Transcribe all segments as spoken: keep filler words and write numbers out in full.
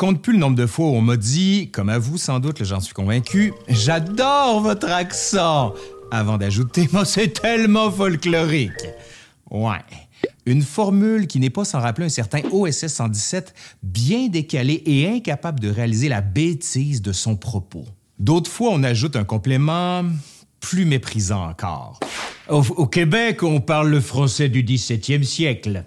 compte plus le nombre de fois où on m'a dit, comme à vous sans doute, j'en suis convaincu, « J'adore votre accent !» avant d'ajouter « Moi, c'est tellement folklorique !» Ouais, une formule qui n'est pas sans rappeler un certain O S S cent dix-sept, bien décalé et incapable de réaliser la bêtise de son propos. D'autres fois, on ajoute un complément plus méprisant encore. Au, au Québec, on parle le français du dix-septième siècle.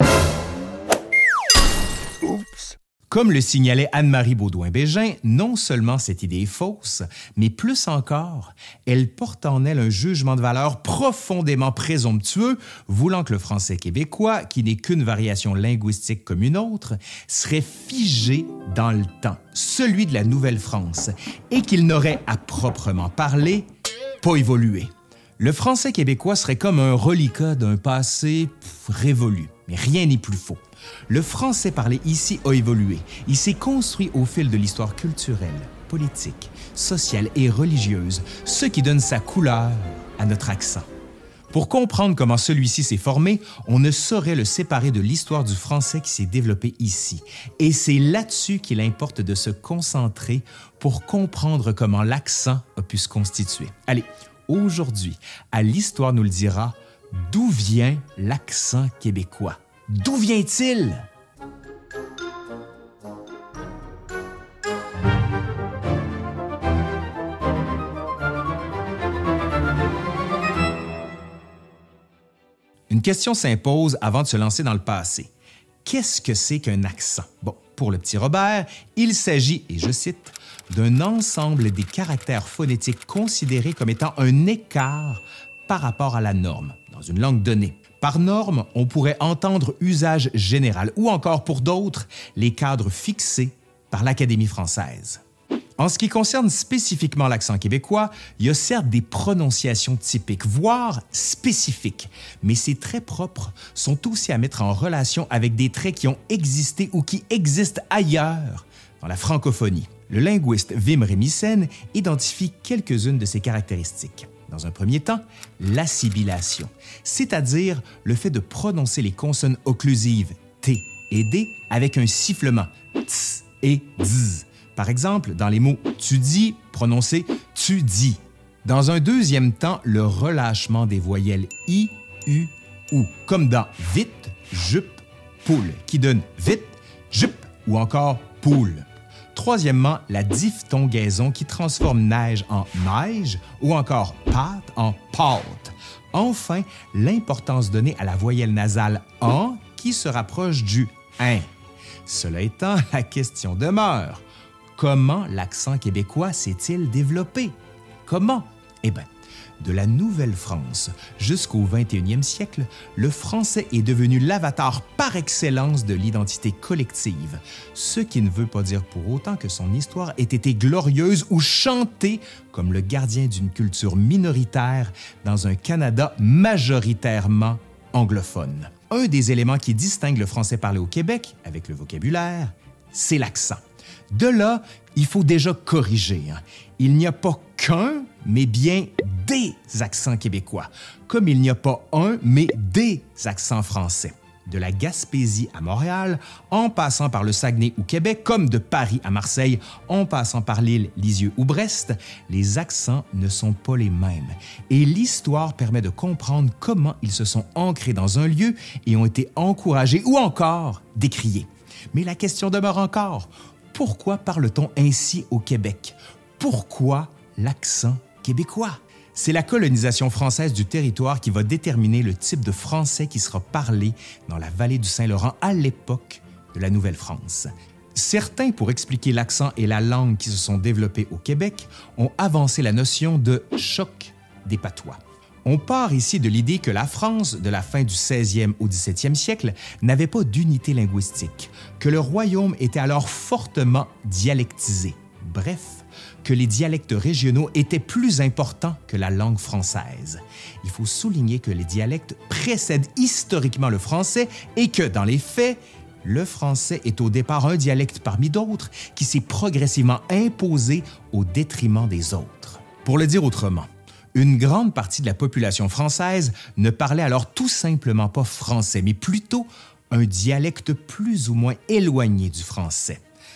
Oups. Comme le signalait Anne-Marie Baudouin-Bégin, non seulement cette idée est fausse, mais plus encore, elle porte en elle un jugement de valeur profondément présomptueux, voulant que le français québécois, qui n'est qu'une variation linguistique comme une autre, serait figé dans le temps, celui de la Nouvelle-France, et qu'il n'aurait, à proprement parler, pas évolué. Le français québécois serait comme un reliquat d'un passé pff, révolu, mais rien n'est plus faux. Le français parlé ici a évolué. Il s'est construit au fil de l'histoire culturelle, politique, sociale et religieuse, ce qui donne sa couleur à notre accent. Pour comprendre comment celui-ci s'est formé, on ne saurait le séparer de l'histoire du français qui s'est développée ici. Et c'est là-dessus qu'il importe de se concentrer pour comprendre comment l'accent a pu se constituer. Allez, aujourd'hui, à l'Histoire nous le dira, d'où vient l'accent québécois? D'où vient-il? Une question s'impose avant de se lancer dans le passé. Qu'est-ce que c'est qu'un accent? Bon, pour le petit Robert, il s'agit, et je cite, d'un ensemble des caractères phonétiques considérés comme étant un écart par rapport à la norme, dans une langue donnée. Par norme, on pourrait entendre usage général ou encore pour d'autres, les cadres fixés par l'Académie française. En ce qui concerne spécifiquement l'accent québécois, il y a certes des prononciations typiques, voire spécifiques, mais ces traits propres sont aussi à mettre en relation avec des traits qui ont existé ou qui existent ailleurs dans la francophonie. Le linguiste Wim Rémissen identifie quelques-unes de ces caractéristiques. Dans un premier temps, l'assimilation, c'est-à-dire le fait de prononcer les consonnes occlusives T et D avec un sifflement ts et z. Par exemple, dans les mots « tu dis », prononcé « tu dis ». Dans un deuxième temps, le relâchement des voyelles I, U, OU, comme dans « vite »,« jupe »,« poule », qui donne « vite »,« jupe » ou encore « poule ». Troisièmement, la diphtongaison qui transforme neige en neige ou encore pâte en pâte. Enfin, l'importance donnée à la voyelle nasale en qui se rapproche du in. Cela étant, la question demeure. Comment l'accent québécois s'est-il développé? Comment? Eh bien, de la Nouvelle-France jusqu'au vingt et unième siècle, le français est devenu l'avatar par excellence de l'identité collective, ce qui ne veut pas dire pour autant que son histoire ait été glorieuse ou chantée comme le gardien d'une culture minoritaire dans un Canada majoritairement anglophone. Un des éléments qui distingue le français parlé au Québec, avec le vocabulaire, c'est l'accent. De là, il faut déjà corriger. Hein. Il n'y a pas qu'un, mais bien des accents québécois, comme il n'y a pas un, mais des accents français. De la Gaspésie à Montréal, en passant par le Saguenay ou Québec, comme de Paris à Marseille, en passant par l'île Lisieux ou Brest, les accents ne sont pas les mêmes. Et l'histoire permet de comprendre comment ils se sont ancrés dans un lieu et ont été encouragés ou encore décriés. Mais la question demeure encore. Pourquoi parle-t-on ainsi au Québec? Pourquoi l'accent québécois? C'est la colonisation française du territoire qui va déterminer le type de français qui sera parlé dans la vallée du Saint-Laurent à l'époque de la Nouvelle-France. Certains, pour expliquer l'accent et la langue qui se sont développés au Québec, ont avancé la notion de « choc des patois ». On part ici de l'idée que la France, de la fin du seizième au dix-septième siècle, n'avait pas d'unité linguistique, que le royaume était alors fortement dialectisé. Bref, que les dialectes régionaux étaient plus importants que la langue française. Il faut souligner que les dialectes précèdent historiquement le français et que, dans les faits, le français est au départ un dialecte parmi d'autres qui s'est progressivement imposé au détriment des autres. Pour le dire autrement, une grande partie de la population française ne parlait alors tout simplement pas français, mais plutôt un dialecte plus ou moins éloigné du français.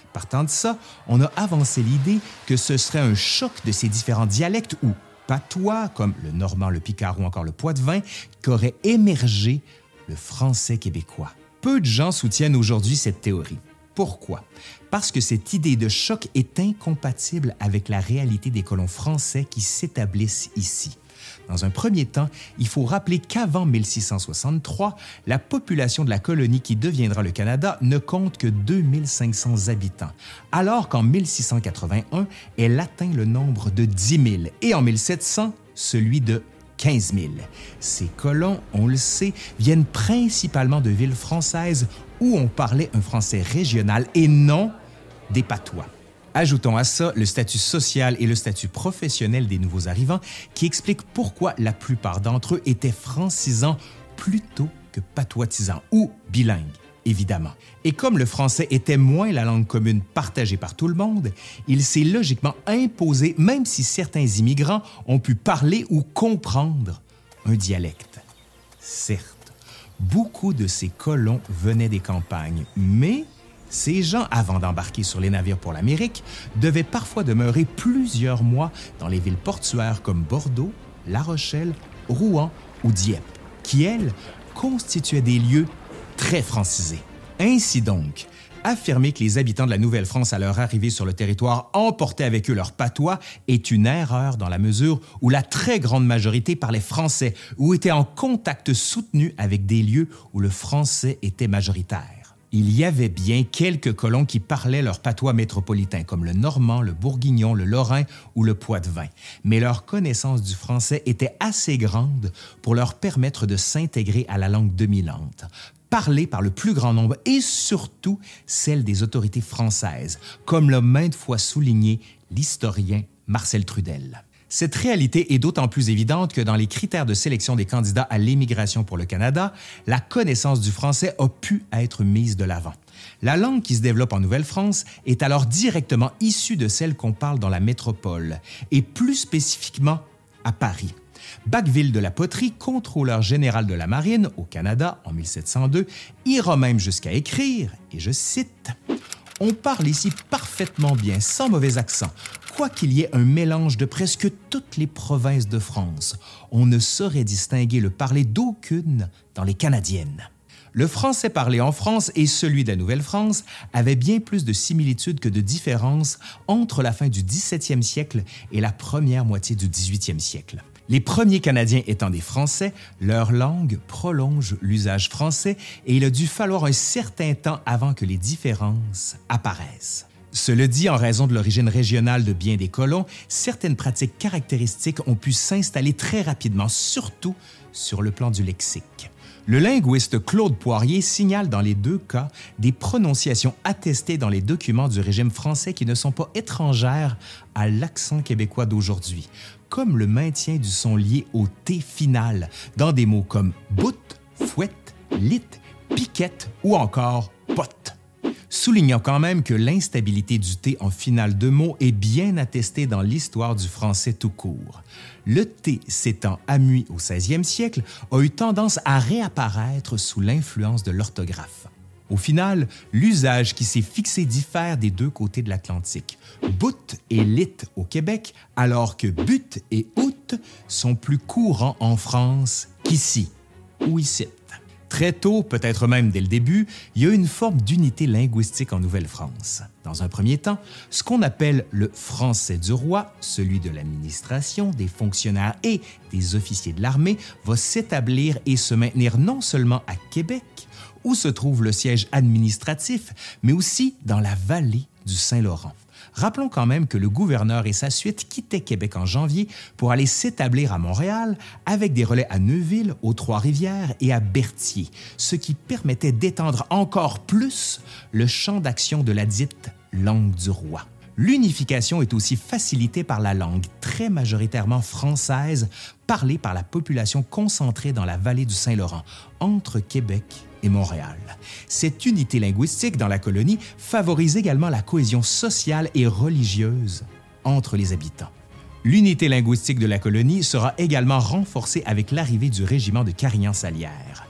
Partant de ça, on a avancé l'idée que ce serait un choc de ces différents dialectes ou patois, comme le normand, le picard ou encore le poitevin, qu'aurait émergé le français québécois. Peu de gens soutiennent aujourd'hui cette théorie. Pourquoi? Parce que cette idée de choc est incompatible avec la réalité des colons français qui s'établissent ici. Dans un premier temps, il faut rappeler qu'avant mille six cent soixante-trois, la population de la colonie qui deviendra le Canada ne compte que deux mille cinq cents habitants, alors qu'en mille six cent quatre-vingt-un, elle atteint le nombre de dix mille et en mille sept cents, celui de quinze mille. Ces colons, on le sait, viennent principalement de villes françaises où on parlait un français régional et non des patois. Ajoutons à ça le statut social et le statut professionnel des nouveaux arrivants qui expliquent pourquoi la plupart d'entre eux étaient francisants plutôt que patoisisants ou bilingues, évidemment. Et comme le français était moins la langue commune partagée par tout le monde, il s'est logiquement imposé même si certains immigrants ont pu parler ou comprendre un dialecte. Certes, beaucoup de ces colons venaient des campagnes, mais ces gens, avant d'embarquer sur les navires pour l'Amérique, devaient parfois demeurer plusieurs mois dans les villes portuaires comme Bordeaux, La Rochelle, Rouen ou Dieppe, qui, elles, constituaient des lieux très francisés. Ainsi donc, affirmer que les habitants de la Nouvelle-France à leur arrivée sur le territoire emportaient avec eux leur patois est une erreur dans la mesure où la très grande majorité parlait français ou était en contact soutenu avec des lieux où le français était majoritaire. Il y avait bien quelques colons qui parlaient leur patois métropolitain, comme le normand, le bourguignon, le lorrain ou le poitevin, mais leur connaissance du français était assez grande pour leur permettre de s'intégrer à la langue dominante, parlée par le plus grand nombre et surtout celle des autorités françaises, comme l'a maintes fois souligné l'historien Marcel Trudel. Cette réalité est d'autant plus évidente que dans les critères de sélection des candidats à l'émigration pour le Canada, la connaissance du français a pu être mise de l'avant. La langue qui se développe en Nouvelle-France est alors directement issue de celle qu'on parle dans la métropole, et plus spécifiquement à Paris. Bacqueville de la Poterie, contrôleur général de la Marine au Canada en mille sept cent deux, ira même jusqu'à écrire, et je cite, « On parle ici parfaitement bien, sans mauvais accent. Quoi qu'il y ait un mélange de presque toutes les provinces de France, on ne saurait distinguer le parler d'aucune dans les canadiennes. » Le français parlé en France et celui de la Nouvelle-France avaient bien plus de similitudes que de différences entre la fin du dix-septième siècle et la première moitié du dix-huitième siècle. Les premiers Canadiens étant des Français, leur langue prolonge l'usage français et il a dû falloir un certain temps avant que les différences apparaissent. Cela dit, en raison de l'origine régionale de bien des colons, certaines pratiques caractéristiques ont pu s'installer très rapidement, surtout sur le plan du lexique. Le linguiste Claude Poirier signale dans les deux cas des prononciations attestées dans les documents du régime français qui ne sont pas étrangères à l'accent québécois d'aujourd'hui, comme le maintien du son lié au T final dans des mots comme bout, fouette, lit, piquette ou encore pote. Soulignant quand même que l'instabilité du T en finale de mots est bien attestée dans l'histoire du français tout court. Le T s'étant amui au seizième siècle, a eu tendance à réapparaître sous l'influence de l'orthographe. Au final, l'usage qui s'est fixé diffère des deux côtés de l'Atlantique. Bout et lit au Québec, alors que but et out sont plus courants en France qu'ici ou ici. Très tôt, peut-être même dès le début, il y a une forme d'unité linguistique en Nouvelle-France. Dans un premier temps, ce qu'on appelle le français du roi, celui de l'administration, des fonctionnaires et des officiers de l'armée, va s'établir et se maintenir non seulement à Québec, où se trouve le siège administratif, mais aussi dans la vallée du Saint-Laurent. Rappelons quand même que le gouverneur et sa suite quittaient Québec en janvier pour aller s'établir à Montréal avec des relais à Neuville, aux Trois-Rivières et à Berthier, ce qui permettait d'étendre encore plus le champ d'action de la dite langue du roi. L'unification est aussi facilitée par la langue très majoritairement française parlée par la population concentrée dans la vallée du Saint-Laurent, entre Québec et Montréal. Cette unité linguistique dans la colonie favorise également la cohésion sociale et religieuse entre les habitants. L'unité linguistique de la colonie sera également renforcée avec l'arrivée du régiment de Carignan-Salière.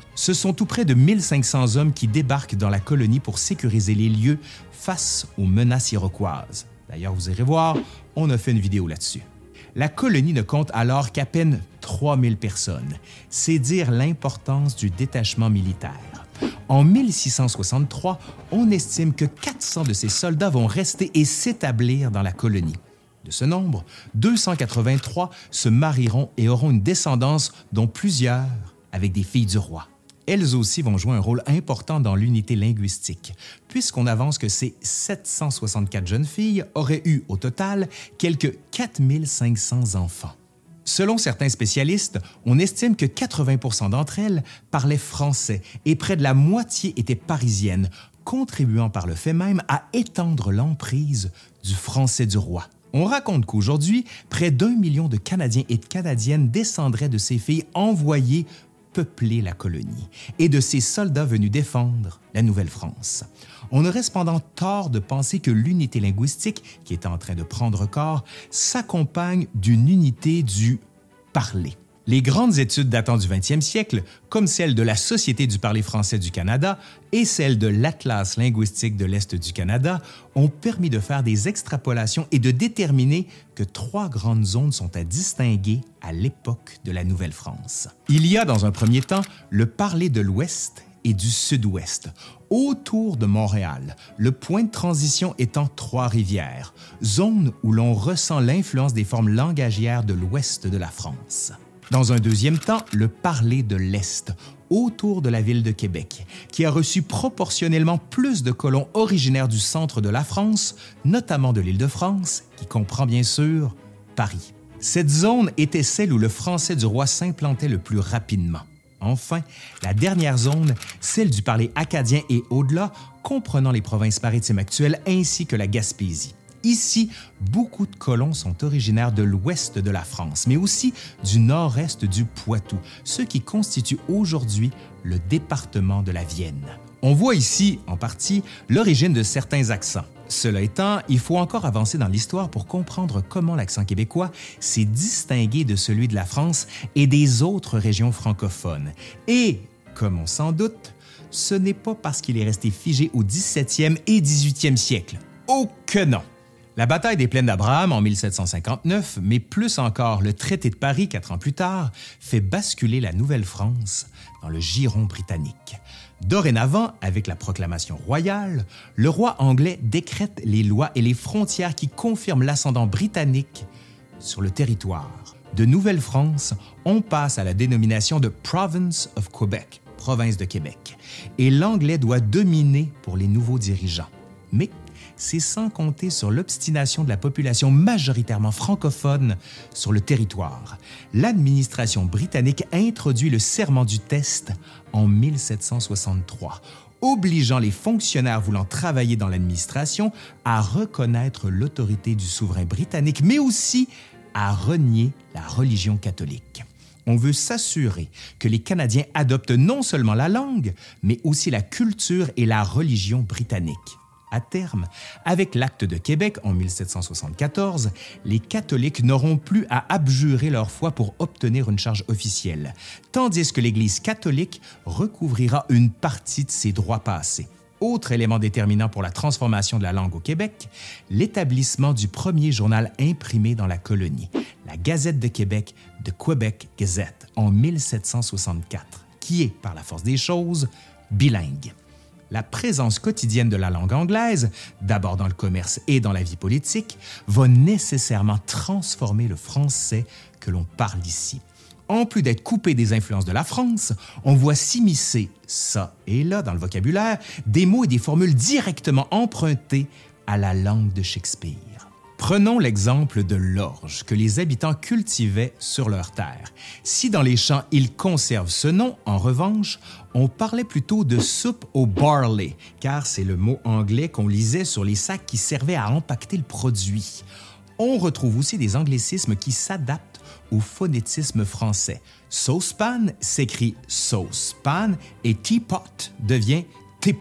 Ce sont tout près de mille cinq cents hommes qui débarquent dans la colonie pour sécuriser les lieux face aux menaces iroquoises. D'ailleurs, vous irez voir, on a fait une vidéo là-dessus. La colonie ne compte alors qu'à peine trois mille personnes. C'est dire l'importance du détachement militaire. En mille six cent soixante-trois, on estime que quatre cents de ces soldats vont rester et s'établir dans la colonie. De ce nombre, deux cent quatre-vingt-trois se marieront et auront une descendance dont plusieurs avec des filles du roi. Elles aussi vont jouer un rôle important dans l'unité linguistique, puisqu'on avance que ces sept cent soixante-quatre jeunes filles auraient eu au total quelques quatre mille cinq cents enfants. Selon certains spécialistes, on estime que quatre-vingts pour cent d'entre elles parlaient français et près de la moitié étaient parisiennes, contribuant par le fait même à étendre l'emprise du français du roi. On raconte qu'aujourd'hui, près d'un million de Canadiens et de Canadiennes descendraient de ces filles envoyées peupler la colonie et de ces soldats venus défendre la Nouvelle-France. On aurait cependant tort de penser que l'unité linguistique, qui est en train de prendre corps, s'accompagne d'une unité du parler. Les grandes études datant du vingtième siècle, comme celle de la Société du parler français du Canada et celle de l'Atlas linguistique de l'Est du Canada, ont permis de faire des extrapolations et de déterminer que trois grandes zones sont à distinguer à l'époque de la Nouvelle-France. Il y a dans un premier temps le parler de l'Ouest et du Sud-Ouest, autour de Montréal, le point de transition étant Trois-Rivières, zone où l'on ressent l'influence des formes langagières de l'Ouest de la France. Dans un deuxième temps, le parler de l'Est, autour de la ville de Québec, qui a reçu proportionnellement plus de colons originaires du centre de la France, notamment de l'Île-de-France, qui comprend bien sûr Paris. Cette zone était celle où le français du roi s'implantait le plus rapidement. Enfin, la dernière zone, celle du parler acadien et au-delà, comprenant les provinces maritimes actuelles ainsi que la Gaspésie. Ici, beaucoup de colons sont originaires de l'ouest de la France, mais aussi du nord-est du Poitou, ce qui constitue aujourd'hui le département de la Vienne. On voit ici, en partie, l'origine de certains accents. Cela étant, il faut encore avancer dans l'histoire pour comprendre comment l'accent québécois s'est distingué de celui de la France et des autres régions francophones. Et, comme on s'en doute, ce n'est pas parce qu'il est resté figé au dix-septième et dix-huitième siècle. Oh que non! La bataille des Plaines d'Abraham en mille sept cent cinquante-neuf, mais plus encore le traité de Paris quatre ans plus tard, fait basculer la Nouvelle-France dans le giron britannique. Dorénavant, avec la proclamation royale, le roi anglais décrète les lois et les frontières qui confirment l'ascendant britannique sur le territoire. De Nouvelle-France, on passe à la dénomination de Province of Quebec, province de Québec, et l'anglais doit dominer pour les nouveaux dirigeants. Mais c'est sans compter sur l'obstination de la population majoritairement francophone sur le territoire. L'administration britannique introduit le serment du test en mille sept cent soixante-trois, obligeant les fonctionnaires voulant travailler dans l'administration à reconnaître l'autorité du souverain britannique, mais aussi à renier la religion catholique. On veut s'assurer que les Canadiens adoptent non seulement la langue, mais aussi la culture et la religion britannique. À terme, avec l'Acte de Québec en mille sept cent soixante-quatorze, les catholiques n'auront plus à abjurer leur foi pour obtenir une charge officielle, tandis que l'Église catholique recouvrira une partie de ses droits passés. Autre élément déterminant pour la transformation de la langue au Québec, l'établissement du premier journal imprimé dans la colonie, la Gazette de Québec de Quebec Gazette en mille sept cent soixante-quatre, qui est, par la force des choses, bilingue. La présence quotidienne de la langue anglaise, d'abord dans le commerce et dans la vie politique, va nécessairement transformer le français que l'on parle ici. En plus d'être coupé des influences de la France, on voit s'immiscer, ça et là dans le vocabulaire, des mots et des formules directement empruntés à la langue de Shakespeare. Prenons l'exemple de l'orge que les habitants cultivaient sur leurs terres. Si dans les champs ils conservent ce nom, en revanche, on parlait plutôt de soupe au barley, car c'est le mot anglais qu'on lisait sur les sacs qui servaient à empaqueter le produit. On retrouve aussi des anglicismes qui s'adaptent au phonétisme français. Saucepan s'écrit saucepan et teapot devient teapot.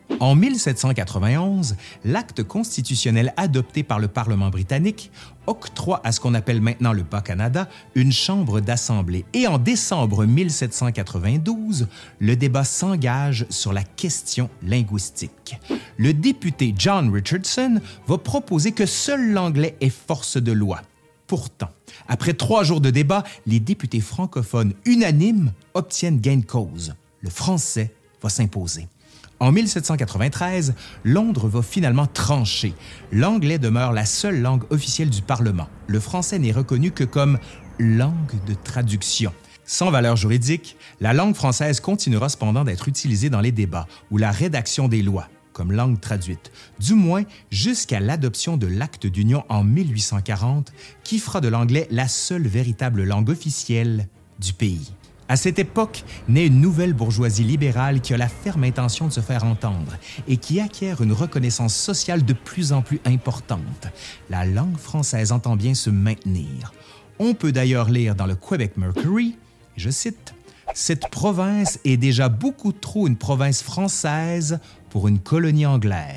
En mille sept cent quatre-vingt-onze, l'acte constitutionnel adopté par le Parlement britannique octroie à ce qu'on appelle maintenant le Bas-Canada une chambre d'assemblée. Et en décembre mille sept cent quatre-vingt-douze, le débat s'engage sur la question linguistique. Le député John Richardson va proposer que seul l'anglais est force de loi. Pourtant, après trois jours de débat, les députés francophones unanimes obtiennent gain de cause. Le français va s'imposer. En mille sept cent quatre-vingt-treize, Londres va finalement trancher. L'anglais demeure la seule langue officielle du Parlement. Le français n'est reconnu que comme langue de traduction. Sans valeur juridique, la langue française continuera cependant d'être utilisée dans les débats ou la rédaction des lois, comme langue traduite, du moins jusqu'à l'adoption de l'Acte d'Union en mille huit cent quarante, qui fera de l'anglais la seule véritable langue officielle du pays. À cette époque, naît une nouvelle bourgeoisie libérale qui a la ferme intention de se faire entendre et qui acquiert une reconnaissance sociale de plus en plus importante. La langue française entend bien se maintenir. On peut d'ailleurs lire dans le Quebec Mercury, je cite, « Cette province est déjà beaucoup trop une province française pour une colonie anglaise. »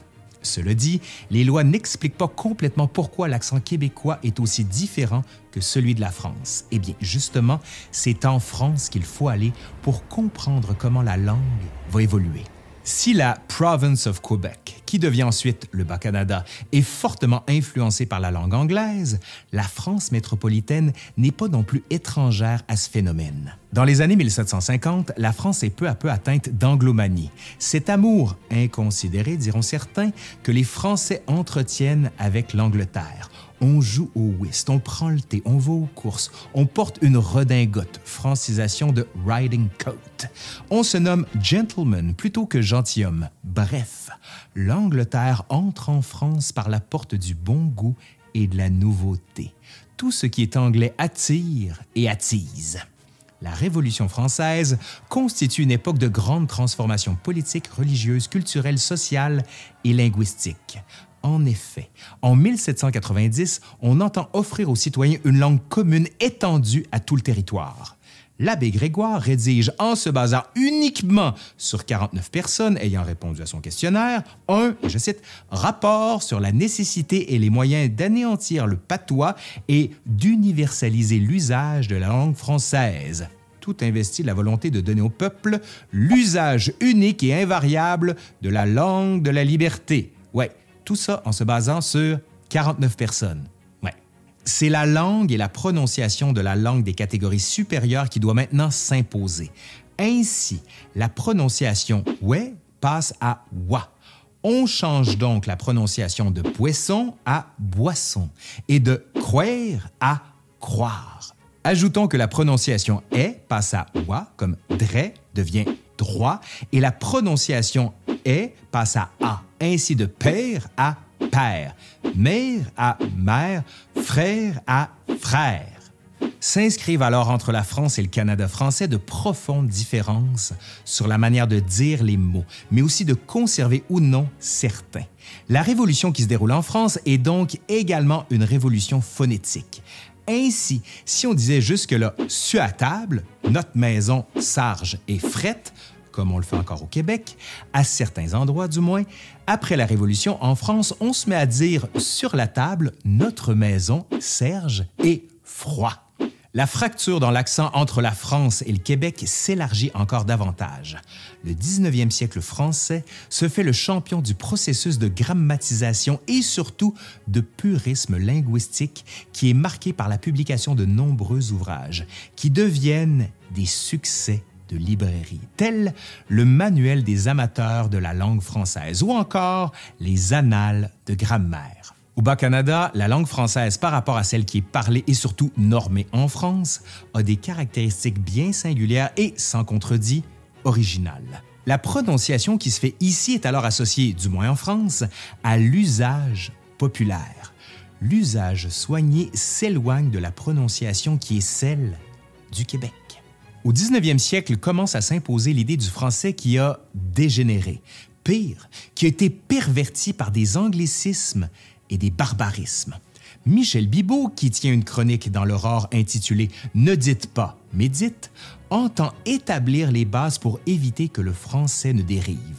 Cela dit, les lois n'expliquent pas complètement pourquoi l'accent québécois est aussi différent que celui de la France. Eh bien, justement, c'est en France qu'il faut aller pour comprendre comment la langue va évoluer. Si la Province of Quebec, qui devient ensuite le Bas-Canada, est fortement influencée par la langue anglaise, la France métropolitaine n'est pas non plus étrangère à ce phénomène. Dans les années mille sept cent cinquante, la France est peu à peu atteinte d'anglomanie. Cet amour inconsidéré, diront certains, que les Français entretiennent avec l'Angleterre. On joue au whist, on prend le thé, on va aux courses, on porte une redingote, francisation de riding coat. On se nomme gentleman plutôt que gentilhomme. Bref, l'Angleterre entre en France par la porte du bon goût et de la nouveauté. Tout ce qui est anglais attire et attise. La Révolution française constitue une époque de grande transformation politique, religieuse, culturelle, sociale et linguistique. En effet, en mille sept cent quatre-vingt-dix, on entend offrir aux citoyens une langue commune étendue à tout le territoire. L'abbé Grégoire rédige, en se basant uniquement sur quarante-neuf personnes ayant répondu à son questionnaire, un, je cite, « rapport sur la nécessité et les moyens d'anéantir le patois et d'universaliser l'usage de la langue française ». Tout investi de la volonté de donner au peuple l'usage unique et invariable de la langue de la liberté. Ouais. Tout ça en se basant sur quarante-neuf personnes. Ouais. C'est la langue et la prononciation de la langue des catégories supérieures qui doit maintenant s'imposer. Ainsi, la prononciation « ouais » passe à « wa ». On change donc la prononciation de « poisson » à « boisson » et de « croire » à « croire ». Ajoutons que la prononciation « est » passe à « wa » comme « dre » devient « droit » et la prononciation « est » passe à « a ». Ainsi de père à père, mère à mère, frère à frère. S'inscrivent alors entre la France et le Canada français de profondes différences sur la manière de dire les mots, mais aussi de conserver ou non certains. La révolution qui se déroule en France est donc également une révolution phonétique. Ainsi, si on disait jusque-là « su à table »,« notre maison, sarge et frette », comme on le fait encore au Québec, à certains endroits du moins, après la Révolution, en France, on se met à dire sur la table « notre maison, serge et froid ». La fracture dans l'accent entre la France et le Québec s'élargit encore davantage. Le dix-neuvième siècle français se fait le champion du processus de grammatisation et surtout de purisme linguistique qui est marqué par la publication de nombreux ouvrages qui deviennent des succès de librairie, tels le Manuel des amateurs de la langue française ou encore les Annales de grammaire. Au Bas-Canada, la langue française par rapport à celle qui est parlée et surtout normée en France a des caractéristiques bien singulières et, sans contredit, originales. La prononciation qui se fait ici est alors associée, du moins en France, à l'usage populaire. L'usage soigné s'éloigne de la prononciation qui est celle du Québec. Au dix-neuvième siècle commence à s'imposer l'idée du français qui a dégénéré. Pire, qui a été perverti par des anglicismes et des barbarismes. Michel Bibeau, qui tient une chronique dans l'Aurore intitulée « Ne dites pas, mais dites », entend établir les bases pour éviter que le français ne dérive.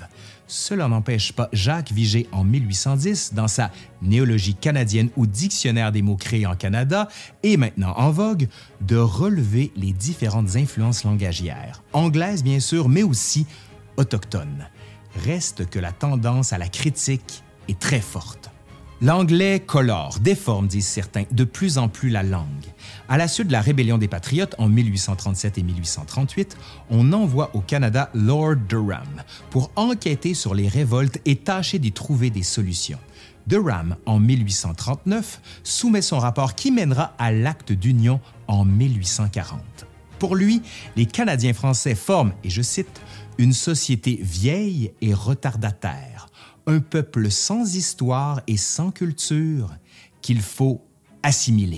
Cela n'empêche pas Jacques Vigée en mille huit cent dix, dans sa Néologie canadienne ou Dictionnaire des mots créés en Canada, et maintenant en vogue, de relever les différentes influences langagières, anglaises bien sûr, mais aussi autochtones. Reste que la tendance à la critique est très forte. L'anglais colore, déforme, disent certains, de plus en plus la langue. À la suite de la rébellion des Patriotes en mille huit cent trente-sept et mille huit cent trente-huit, on envoie au Canada Lord Durham pour enquêter sur les révoltes et tâcher d'y trouver des solutions. Durham, en mille huit cent trente-neuf, soumet son rapport qui mènera à l'acte d'union en mille huit cent quarante. Pour lui, les Canadiens français forment, et je cite, « une société vieille et retardataire, un peuple sans histoire et sans culture qu'il faut assimiler. »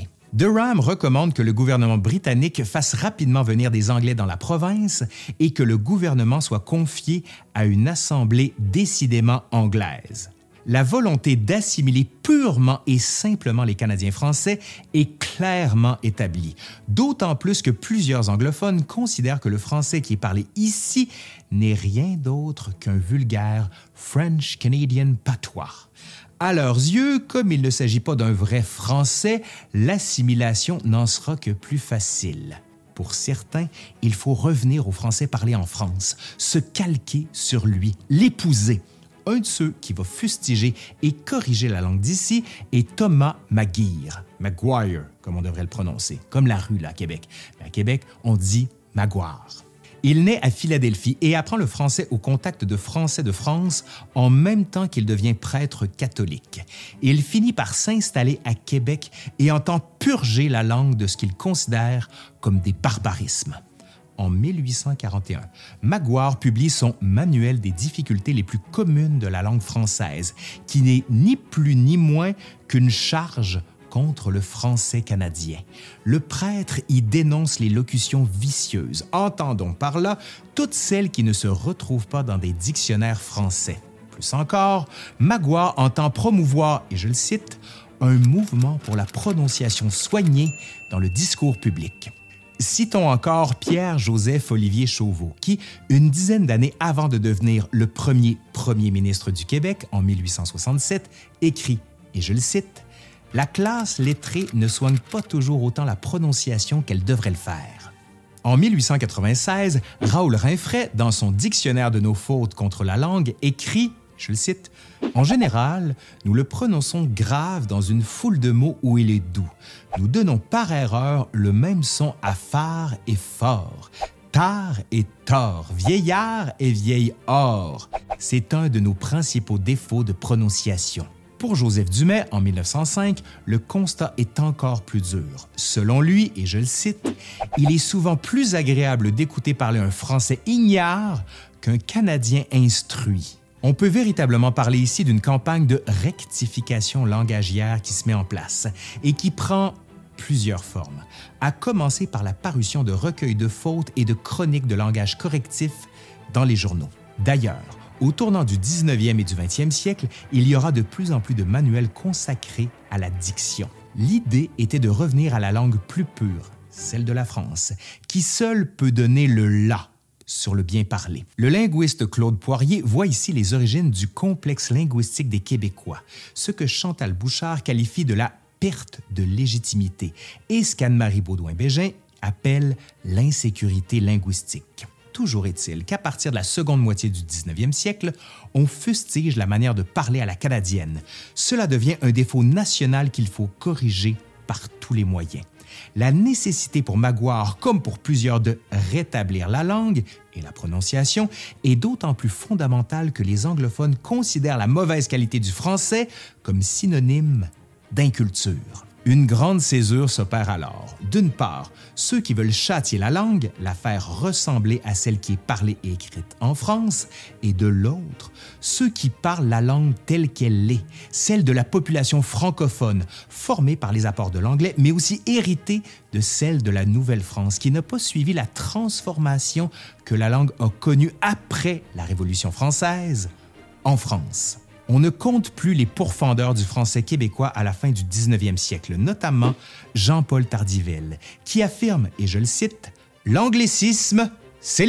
Durham recommande que le gouvernement britannique fasse rapidement venir des Anglais dans la province et que le gouvernement soit confié à une assemblée décidément anglaise. La volonté d'assimiler purement et simplement les Canadiens français est clairement établie, d'autant plus que plusieurs anglophones considèrent que le français qui est parlé ici n'est rien d'autre qu'un vulgaire French Canadian patois. À leurs yeux, comme il ne s'agit pas d'un vrai français, l'assimilation n'en sera que plus facile. Pour certains, il faut revenir au français parlé en France, se calquer sur lui, l'épouser. Un de ceux qui va fustiger et corriger la langue d'ici est Thomas Maguire, Maguire, comme on devrait le prononcer, comme la rue là, à Québec. Mais à Québec, on dit Maguire. Il naît à Philadelphie et apprend le français au contact de Français de France en même temps qu'il devient prêtre catholique. Il finit par s'installer à Québec et entend purger la langue de ce qu'il considère comme des barbarismes. En mille huit cent quarante et un, Maguire publie son Manuel des difficultés les plus communes de la langue française, qui n'est ni plus ni moins qu'une charge contre le français canadien. Le prêtre y dénonce les locutions vicieuses, entendons par là toutes celles qui ne se retrouvent pas dans des dictionnaires français. Plus encore, Maguire entend promouvoir, et je le cite, un mouvement pour la prononciation soignée dans le discours public. Citons encore Pierre-Joseph Olivier Chauveau, qui, une dizaine d'années avant de devenir le premier premier ministre du Québec, en mille huit cent soixante-sept, écrit, et je le cite, « La classe lettrée ne soigne pas toujours autant la prononciation qu'elle devrait le faire. » En mille huit cent quatre-vingt-seize, Raoul Rinfret, dans son Dictionnaire de nos fautes contre la langue, écrit, je le cite, « En général, nous le prononçons grave dans une foule de mots où il est doux. Nous donnons par erreur le même son à phare et fort, tard et tort, vieillard et vieille or. C'est un de nos principaux défauts de prononciation. » Pour Joseph Dumais, en mille neuf cent cinq, le constat est encore plus dur. Selon lui, et je le cite, « Il est souvent plus agréable d'écouter parler un Français ignare qu'un Canadien instruit. » On peut véritablement parler ici d'une campagne de rectification langagière qui se met en place et qui prend plusieurs formes, à commencer par la parution de recueils de fautes et de chroniques de langage correctif dans les journaux. D'ailleurs, au tournant du dix-neuvième et du vingtième siècle, il y aura de plus en plus de manuels consacrés à la diction. L'idée était de revenir à la langue plus pure, celle de la France, qui seule peut donner le « la » sur le bien parler. Le linguiste Claude Poirier voit ici les origines du complexe linguistique des Québécois, ce que Chantal Bouchard qualifie de la perte de légitimité et ce qu'Anne-Marie Baudouin-Bégin appelle l'insécurité linguistique. Toujours est-il qu'à partir de la seconde moitié du dix-neuvième siècle, on fustige la manière de parler à la canadienne. Cela devient un défaut national qu'il faut corriger par tous les moyens. La nécessité pour Maguire, comme pour plusieurs, de rétablir la langue et la prononciation est d'autant plus fondamentale que les anglophones considèrent la mauvaise qualité du français comme synonyme d'inculture. Une grande césure s'opère alors. D'une part, ceux qui veulent châtier la langue, la faire ressembler à celle qui est parlée et écrite en France, et de l'autre, ceux qui parlent la langue telle qu'elle est, celle de la population francophone, formée par les apports de l'anglais, mais aussi héritée de celle de la Nouvelle-France, qui n'a pas suivi la transformation que la langue a connue après la Révolution française en France. On ne compte plus les pourfendeurs du français québécois à la fin du dix-neuvième siècle, notamment Jean-Paul Tardivelle, qui affirme, et je le cite, « L'anglicisme, c'est l'ennemi ».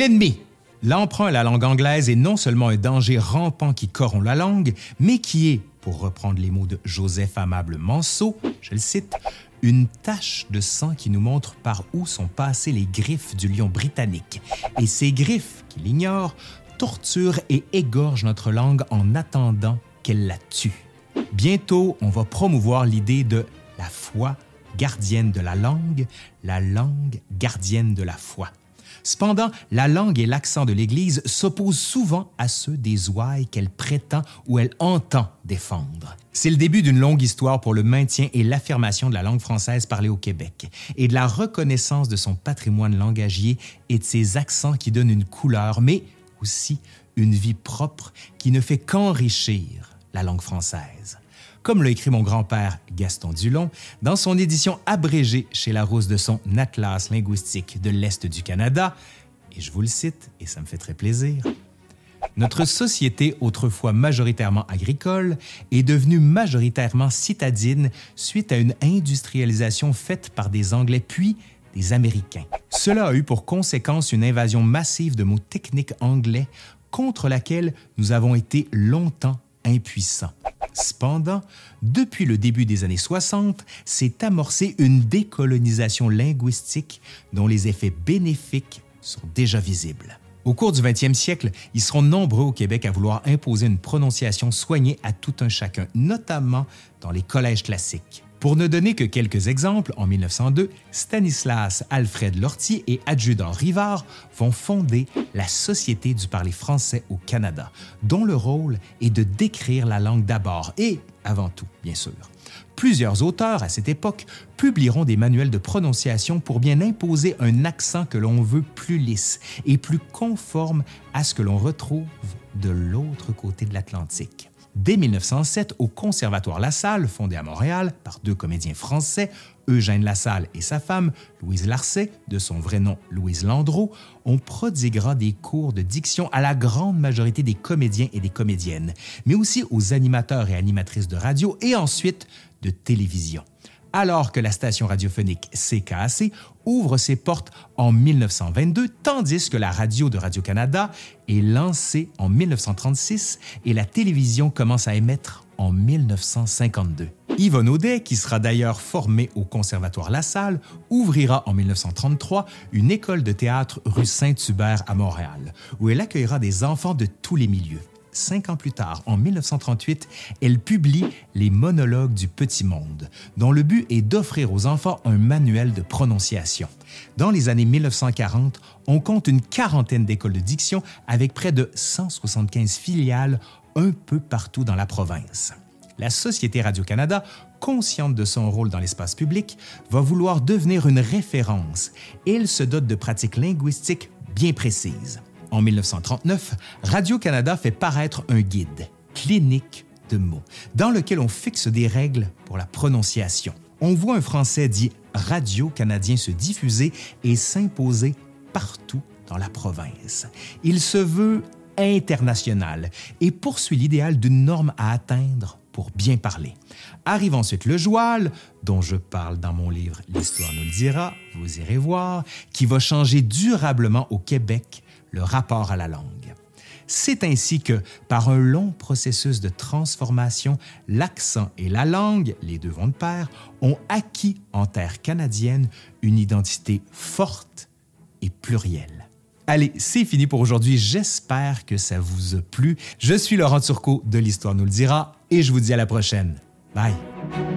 L'emprunt à la langue anglaise est non seulement un danger rampant qui corrompt la langue, mais qui est, pour reprendre les mots de Joseph Amable Manceau, je le cite, « une tache de sang qui nous montre par où sont passées les griffes du lion britannique. Et ces griffes, qui l'ignorent, torturent et égorgent notre langue en attendant qu'elle la tue. » Bientôt, on va promouvoir l'idée de la foi gardienne de la langue, la langue gardienne de la foi. Cependant, la langue et l'accent de l'Église s'opposent souvent à ceux des ouailles qu'elle prétend ou elle entend défendre. C'est le début d'une longue histoire pour le maintien et l'affirmation de la langue française parlée au Québec et de la reconnaissance de son patrimoine langagier et de ses accents qui donnent une couleur, mais aussi une vie propre qui ne fait qu'enrichir la langue française. Comme l'a écrit mon grand-père Gaston Dulon dans son édition abrégée chez Larousse de son Atlas linguistique de l'Est du Canada, et je vous le cite, et ça me fait très plaisir. Notre société, autrefois majoritairement agricole, est devenue majoritairement citadine suite à une industrialisation faite par des Anglais puis des Américains. Cela a eu pour conséquence une invasion massive de mots techniques anglais contre laquelle nous avons été longtemps impuissants. Cependant, depuis le début des années soixante, s'est amorcée une décolonisation linguistique dont les effets bénéfiques sont déjà visibles. Au cours du vingtième siècle, ils seront nombreux au Québec à vouloir imposer une prononciation soignée à tout un chacun, notamment dans les collèges classiques. Pour ne donner que quelques exemples, en mille neuf cent deux, Stanislas Alfred Lortie et Adjudant Rivard vont fonder la Société du parler français au Canada, dont le rôle est de décrire la langue d'abord et, avant tout, bien sûr. Plusieurs auteurs, à cette époque, publieront des manuels de prononciation pour bien imposer un accent que l'on veut plus lisse et plus conforme à ce que l'on retrouve de l'autre côté de l'Atlantique. Dès mille neuf cent sept, au Conservatoire La Salle, fondé à Montréal par deux comédiens français, Eugène Lassalle et sa femme, Louise Larcey, de son vrai nom Louise Landreau, on prodiguera des cours de diction à la grande majorité des comédiens et des comédiennes, mais aussi aux animateurs et animatrices de radio et ensuite de télévision. Alors que la station radiophonique C K A C ouvre ses portes en mille neuf cent vingt-deux, tandis que la radio de Radio-Canada est lancée en mille neuf cent trente-six et la télévision commence à émettre en mille neuf cent cinquante-deux. Yvonne Audet, qui sera d'ailleurs formée au Conservatoire La Salle, ouvrira en mille neuf cent trente-trois une école de théâtre rue Saint-Hubert à Montréal, où elle accueillera des enfants de tous les milieux. Cinq ans plus tard, en mille neuf cent trente-huit, elle publie Les monologues du petit monde, dont le but est d'offrir aux enfants un manuel de prononciation. Dans les années mille neuf cent quarante, on compte une quarantaine d'écoles de diction avec près de cent soixante-quinze filiales un peu partout dans la province. La Société Radio-Canada, consciente de son rôle dans l'espace public, va vouloir devenir une référence et elle se dote de pratiques linguistiques bien précises. En mille neuf cent trente-neuf, Radio-Canada fait paraître un guide, Clinique de mots, dans lequel on fixe des règles pour la prononciation. On voit un français dit radio-canadien se diffuser et s'imposer partout dans la province. Il se veut international et poursuit l'idéal d'une norme à atteindre pour bien parler. Arrive ensuite le joual, dont je parle dans mon livre « L'histoire nous le dira », vous irez voir, qui va changer durablement au Québec le rapport à la langue. C'est ainsi que, par un long processus de transformation, l'accent et la langue, les deux vont de pair, ont acquis en terre canadienne une identité forte et plurielle. Allez, c'est fini pour aujourd'hui. J'espère que ça vous a plu. Je suis Laurent Turcot de l'Histoire nous le dira et je vous dis à la prochaine. Bye!